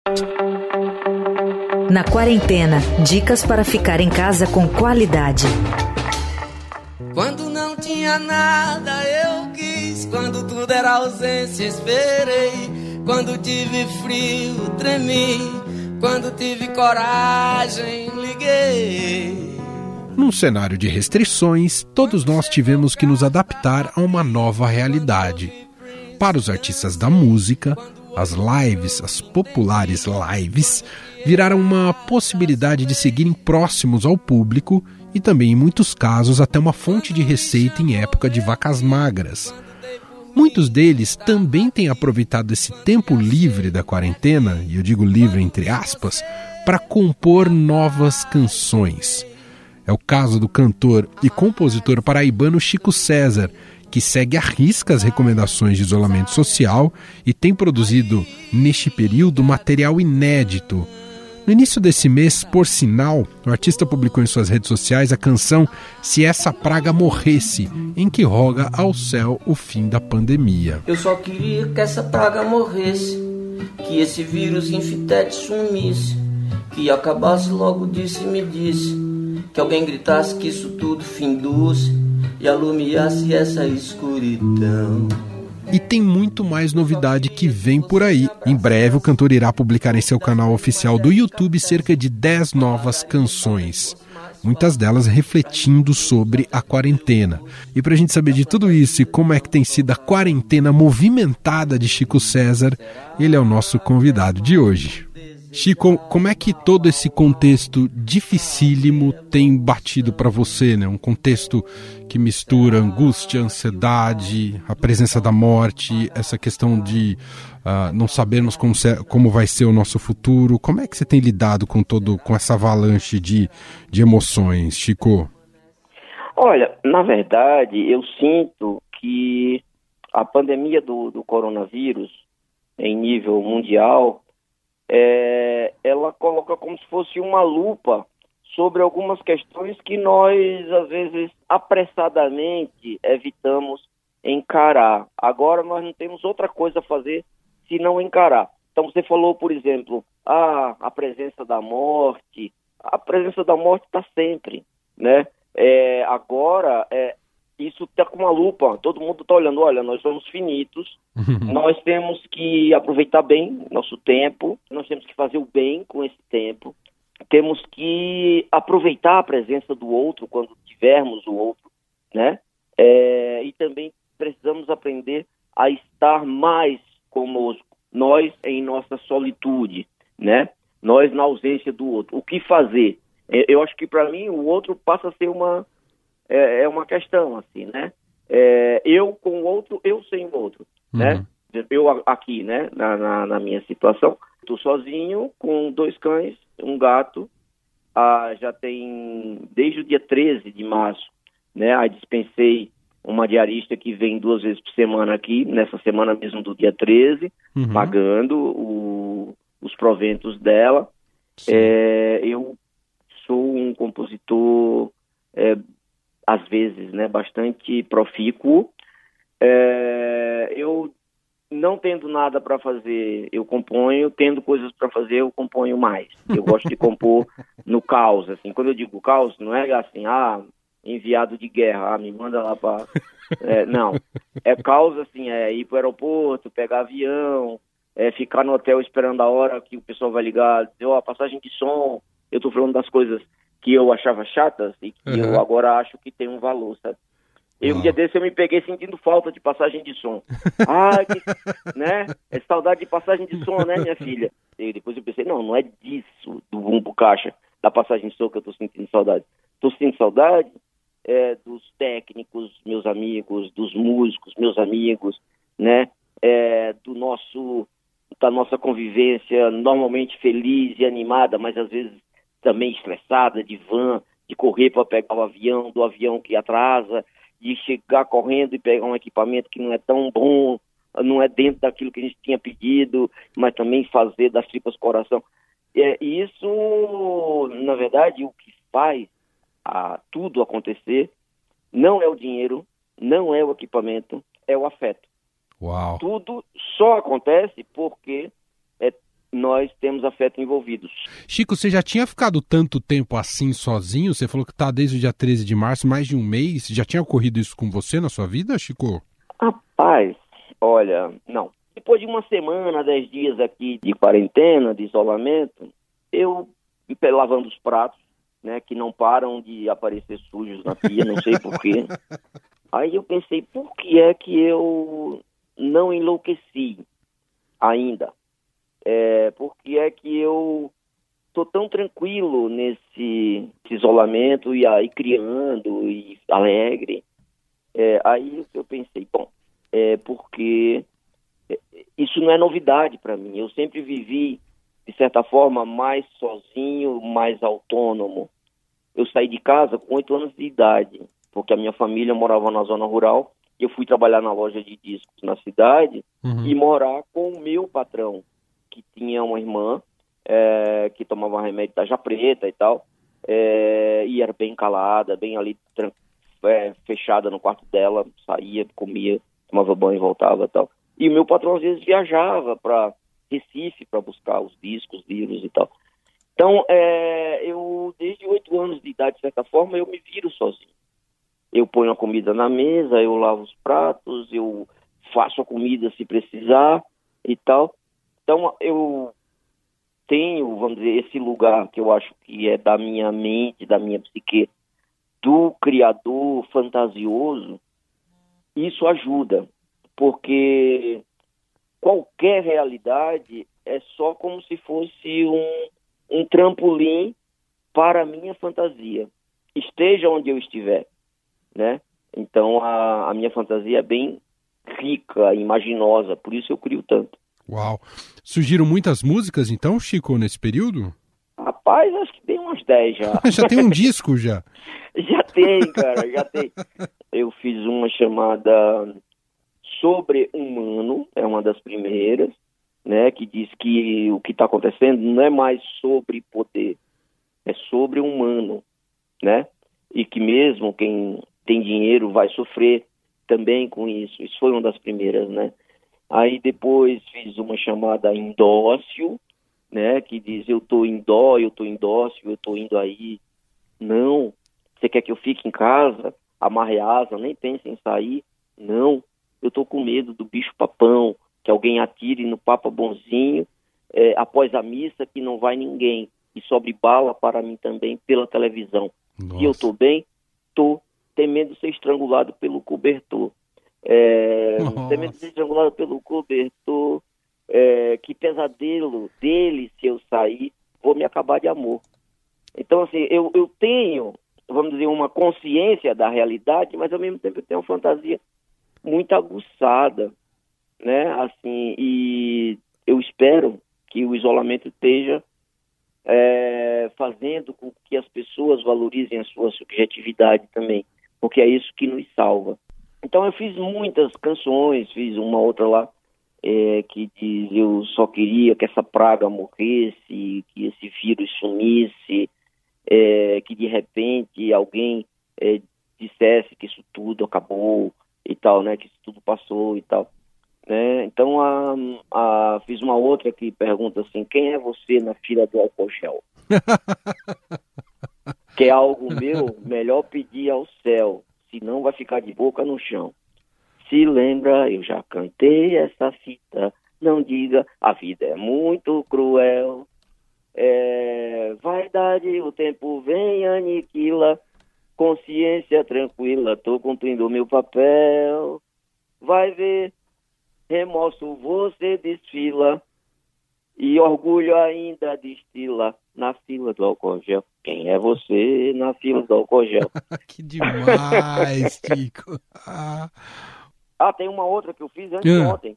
Na quarentena, dicas para ficar em casa com qualidade. Quando não tinha nada eu quis, quando tudo era ausência esperei, quando tive frio tremi, quando tive coragem liguei. Num cenário de restrições, todos nós tivemos que nos adaptar a uma nova realidade. Para os artistas da música, as lives, as populares lives, viraram uma possibilidade de seguirem próximos ao público e também, em muitos casos, até uma fonte de receita em época de vacas magras. Muitos deles também têm aproveitado esse tempo livre da quarentena, e eu digo livre entre aspas, para compor novas canções. É o caso do cantor e compositor paraibano Chico César, que segue à risca as recomendações de isolamento social e tem produzido, neste período, material inédito. No início desse mês, por sinal, o artista publicou em suas redes sociais a canção Se Essa Praga Morresse, em que roga ao céu o fim da pandemia. Eu só queria que essa praga morresse, que esse vírus infectete sumisse, que acabasse logo disso e me disse, que alguém gritasse que isso tudo findusse e alumiasse essa escuridão. E tem muito mais novidade que vem por aí. Em breve, o cantor irá publicar em seu canal oficial do YouTube cerca de 10 novas canções. Muitas delas refletindo sobre a quarentena. E para a gente saber de tudo isso e como é que tem sido a quarentena movimentada de Chico César, ele é o nosso convidado de hoje. Chico, como é que todo esse contexto dificílimo tem batido para você, né? Um contexto que mistura angústia, ansiedade, a presença da morte, essa questão de não sabermos como vai ser o nosso futuro. Como é que você tem lidado com essa avalanche de emoções, Chico? Olha, na verdade, eu sinto que a pandemia do coronavírus, em nível mundial, ela coloca como se fosse uma lupa sobre algumas questões que nós, às vezes, apressadamente evitamos encarar. Agora nós não temos outra coisa a fazer se não encarar. Então você falou, por exemplo, a presença da morte. A presença da morte está sempre, né? Agora, isso está com uma lupa, todo mundo está olhando, olha, nós somos finitos, nós temos que aproveitar bem nosso tempo, nós temos que fazer o bem com esse tempo, temos que aproveitar a presença do outro quando tivermos o outro, né? E também precisamos aprender a estar mais conosco, nós em nossa solitude, né? Nós na ausência do outro. O que fazer? Eu acho que para mim o outro passa a ser uma questão, assim, né? Eu com o outro, eu sem o outro, né? Eu aqui, né, na minha situação, estou sozinho com 2 cães, um gato, já tem desde o dia 13 de março, né? Aí dispensei uma diarista que vem 2 vezes por semana aqui, nessa semana mesmo do dia 13, pagando os proventos dela. Eu sou um compositor, às vezes, né, bastante profícuo. Eu, não tendo nada para fazer, eu componho. Tendo coisas para fazer, eu componho mais. Eu gosto de compor no caos, assim. Quando eu digo caos, não é assim, enviado de guerra, me manda lá para... não, é caos, assim, ir para o aeroporto, pegar avião, ficar no hotel esperando a hora que o pessoal vai ligar, dizer, a passagem de som. Eu estou falando das coisas que eu achava chatas e que eu agora acho que tem um valor, sabe? Um dia desse eu me peguei sentindo falta de passagem de som. Né? É saudade de passagem de som, né, minha filha? E depois eu pensei, não é disso, do bumbo caixa, da passagem de som que eu estou sentindo saudade. Estou sentindo saudade dos técnicos, meus amigos, dos músicos, meus amigos, né? Da nossa convivência normalmente feliz e animada, mas às vezes também estressada, de van, de correr para pegar o avião, do avião que atrasa, de chegar correndo e pegar um equipamento que não é tão bom, não é dentro daquilo que a gente tinha pedido, mas também fazer das tripas coração. E isso, na verdade, o que faz tudo acontecer não é o dinheiro, não é o equipamento, é o afeto. Uau. Tudo só acontece porque nós temos afeto envolvidos. Chico, você já tinha ficado tanto tempo assim sozinho? Você falou que está desde o dia 13 de março, mais de um mês. Já tinha ocorrido isso com você na sua vida, Chico? Rapaz, olha, não. Depois de uma semana, 10 dias aqui de quarentena, de isolamento, eu lavando os pratos, né, que não param de aparecer sujos na pia, não sei porquê. Aí eu pensei, por que é que eu não enlouqueci ainda? Por que é que eu estou tão tranquilo nesse isolamento e aí criando e alegre? Aí eu pensei, porque isso não é novidade para mim. Eu sempre vivi, de certa forma, mais sozinho, mais autônomo. Eu saí de casa com 8 anos de idade, porque a minha família morava na zona rural. Eu fui trabalhar na loja de discos na cidade e morar com o meu patrão, que tinha uma irmã que tomava remédio da preta e tal, e era bem calada, bem ali fechada no quarto dela, saía, comia, tomava banho e voltava e tal. E o meu patrão às vezes viajava para Recife para buscar os discos, livros e tal. Então, eu desde 8 anos de idade, de certa forma, eu me viro sozinho. Eu ponho a comida na mesa, eu lavo os pratos, eu faço a comida se precisar e tal. Então, eu tenho, vamos dizer, esse lugar que eu acho que é da minha mente, da minha psique, do criador fantasioso. Isso ajuda, porque qualquer realidade é só como se fosse um trampolim para a minha fantasia, esteja onde eu estiver, né? Então a minha fantasia é bem rica, imaginosa, por isso eu crio tanto. Uau! Surgiram muitas músicas então, Chico, nesse período? Rapaz, acho que tem umas 10 já. Já tem um disco já? Já tem, cara, já tem. Eu fiz uma chamada Sobre-Humano, é uma das primeiras, né, que diz que o que está acontecendo não é mais sobre poder, é sobre o humano, né? E que mesmo quem tem dinheiro vai sofrer também com isso. Isso foi uma das primeiras, né? Aí depois fiz uma chamada Indócio, né, que diz eu tô em dó, eu tô indócio, eu tô indo aí. Não, você quer que eu fique em casa, amarre a asa, nem pense em sair? Não, eu tô com medo do bicho papão, que alguém atire no Papa Bonzinho, após a missa que não vai ninguém, e sobre bala para mim também pela televisão. Nossa. E eu tô bem? Tô temendo ser estrangulado pelo cobertor. Temendo ser estrangulado pelo cobertor, que pesadelo dele se eu sair, vou me acabar de amor. Então, assim, eu tenho, vamos dizer, uma consciência da realidade, mas ao mesmo tempo eu tenho uma fantasia muito aguçada, né? Assim, e eu espero que o isolamento esteja fazendo com que as pessoas valorizem a sua subjetividade também, porque é isso que nos salva. Então eu fiz muitas canções, fiz uma outra lá que diz eu só queria que essa praga morresse, que esse vírus sumisse, que de repente alguém dissesse que isso tudo acabou e tal, né, que isso tudo passou e tal, né? Então fiz uma outra que pergunta assim, quem é você na fila do álcool gel? Que é algo meu, melhor pedir ao céu, senão vai ficar de boca no chão. Se lembra, eu já cantei essa fita, não diga, a vida é muito cruel. Vaidade, o tempo vem, aniquila, consciência tranquila, tô cumprindo o meu papel. Vai ver, remorso você desfila, e orgulho ainda destila na fila do álcool gel. Quem é você na fila do álcool gel? Que demais, Chico. Tem uma outra que eu fiz antes de ontem,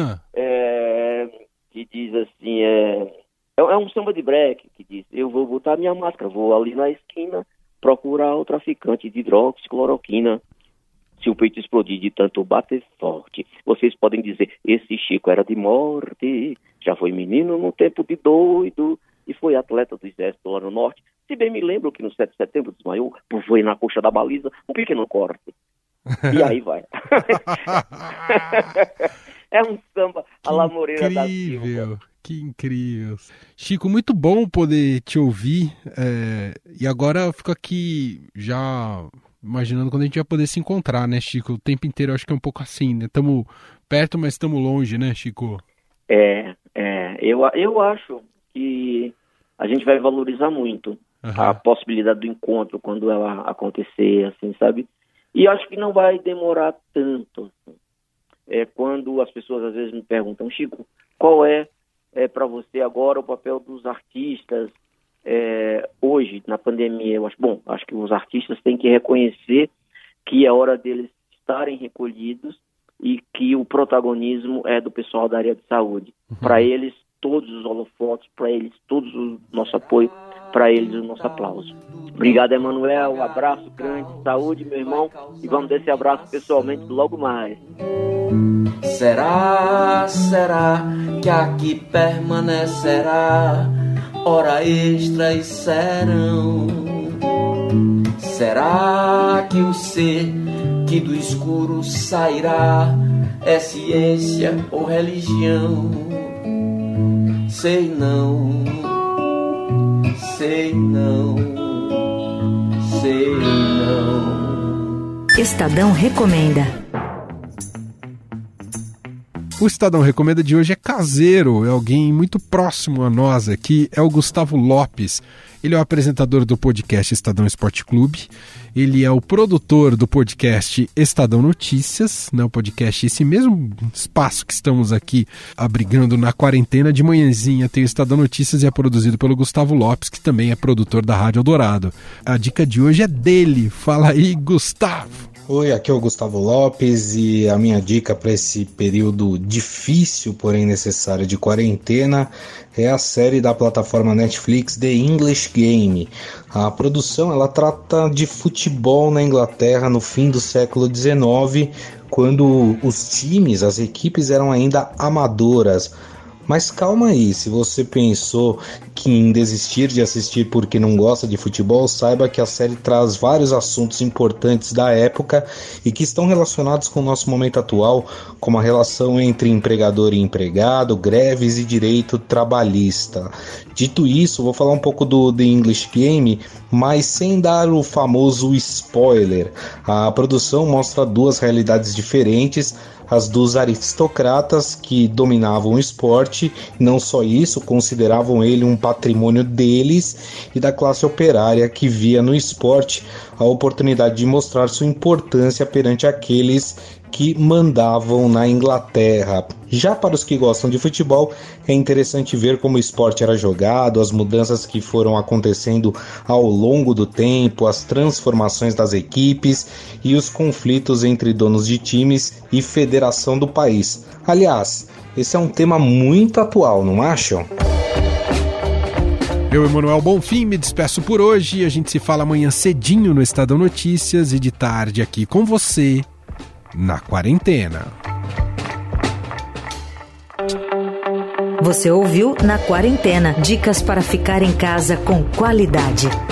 que diz assim, é um samba de break, que diz, eu vou botar minha máscara, vou ali na esquina procurar o traficante de hidroxicloroquina. Se o peito explodir de tanto bater forte, vocês podem dizer, esse Chico era de morte, já foi menino no tempo de doido, e foi atleta do exército lá no norte. Se bem me lembro que no 7 de setembro desmaiou, foi na coxa da baliza, um pequeno corte. E aí vai. É um samba à la Moreira da Silva. Que incrível. Chico, muito bom poder te ouvir. E agora eu fico aqui já imaginando quando a gente vai poder se encontrar, né, Chico? O tempo inteiro eu acho que é um pouco assim, né? Estamos perto, mas estamos longe, né, Chico? Eu acho que a gente vai valorizar muito a possibilidade do encontro quando ela acontecer, assim, sabe? E acho que não vai demorar tanto. Quando as pessoas às vezes me perguntam, Chico, qual é para você agora o papel dos artistas hoje, na pandemia? Eu acho que os artistas têm que reconhecer que é hora deles estarem recolhidos e que o protagonismo é do pessoal da área de saúde. Para eles, todos os holofotes, para eles, todo o nosso apoio, para eles, o nosso aplauso. Obrigado, Emanuel. Um abraço grande, saúde, meu irmão, e vamos dar esse abraço pessoalmente logo mais. Será que aqui permanecerá hora extra e serão? Será que o ser que do escuro sairá é ciência ou religião? Sei não, sei não, sei não. Estadão Recomenda. O Estadão Recomenda de hoje é caseiro, é alguém muito próximo a nós aqui, é o Gustavo Lopes. Ele é o apresentador do podcast Estadão Esporte Clube, ele é o produtor do podcast Estadão Notícias, né, o podcast, esse mesmo espaço que estamos aqui abrigando na quarentena. De manhãzinha tem o Estadão Notícias e é produzido pelo Gustavo Lopes, que também é produtor da Rádio Eldorado. A dica de hoje é dele, fala aí, Gustavo. Oi, aqui é o Gustavo Lopes e a minha dica para esse período difícil, porém necessário de quarentena é a série da plataforma Netflix The English Game. A produção ela trata de futebol na Inglaterra no fim do século XIX, quando os times, as equipes eram ainda amadoras. Mas calma aí, se você pensou que em desistir de assistir porque não gosta de futebol, saiba que a série traz vários assuntos importantes da época e que estão relacionados com o nosso momento atual, como a relação entre empregador e empregado, greves e direito trabalhista. Dito isso, vou falar um pouco do The English Game, mas sem dar o famoso spoiler. A produção mostra duas realidades diferentes, as dos aristocratas que dominavam o esporte, e não só isso, consideravam ele um patrimônio deles, e da classe operária que via no esporte a oportunidade de mostrar sua importância perante aqueles que mandavam na Inglaterra. Já para os que gostam de futebol, é interessante ver como o esporte era jogado, as mudanças que foram acontecendo ao longo do tempo, as transformações das equipes e os conflitos entre donos de times e federação do país. Aliás, esse é um tema muito atual, não acham? Eu, Emanuel Bonfim, me despeço por hoje. A gente se fala amanhã cedinho no Estadão Notícias e de tarde aqui com você na quarentena. Você ouviu Na Quarentena, dicas para ficar em casa com qualidade.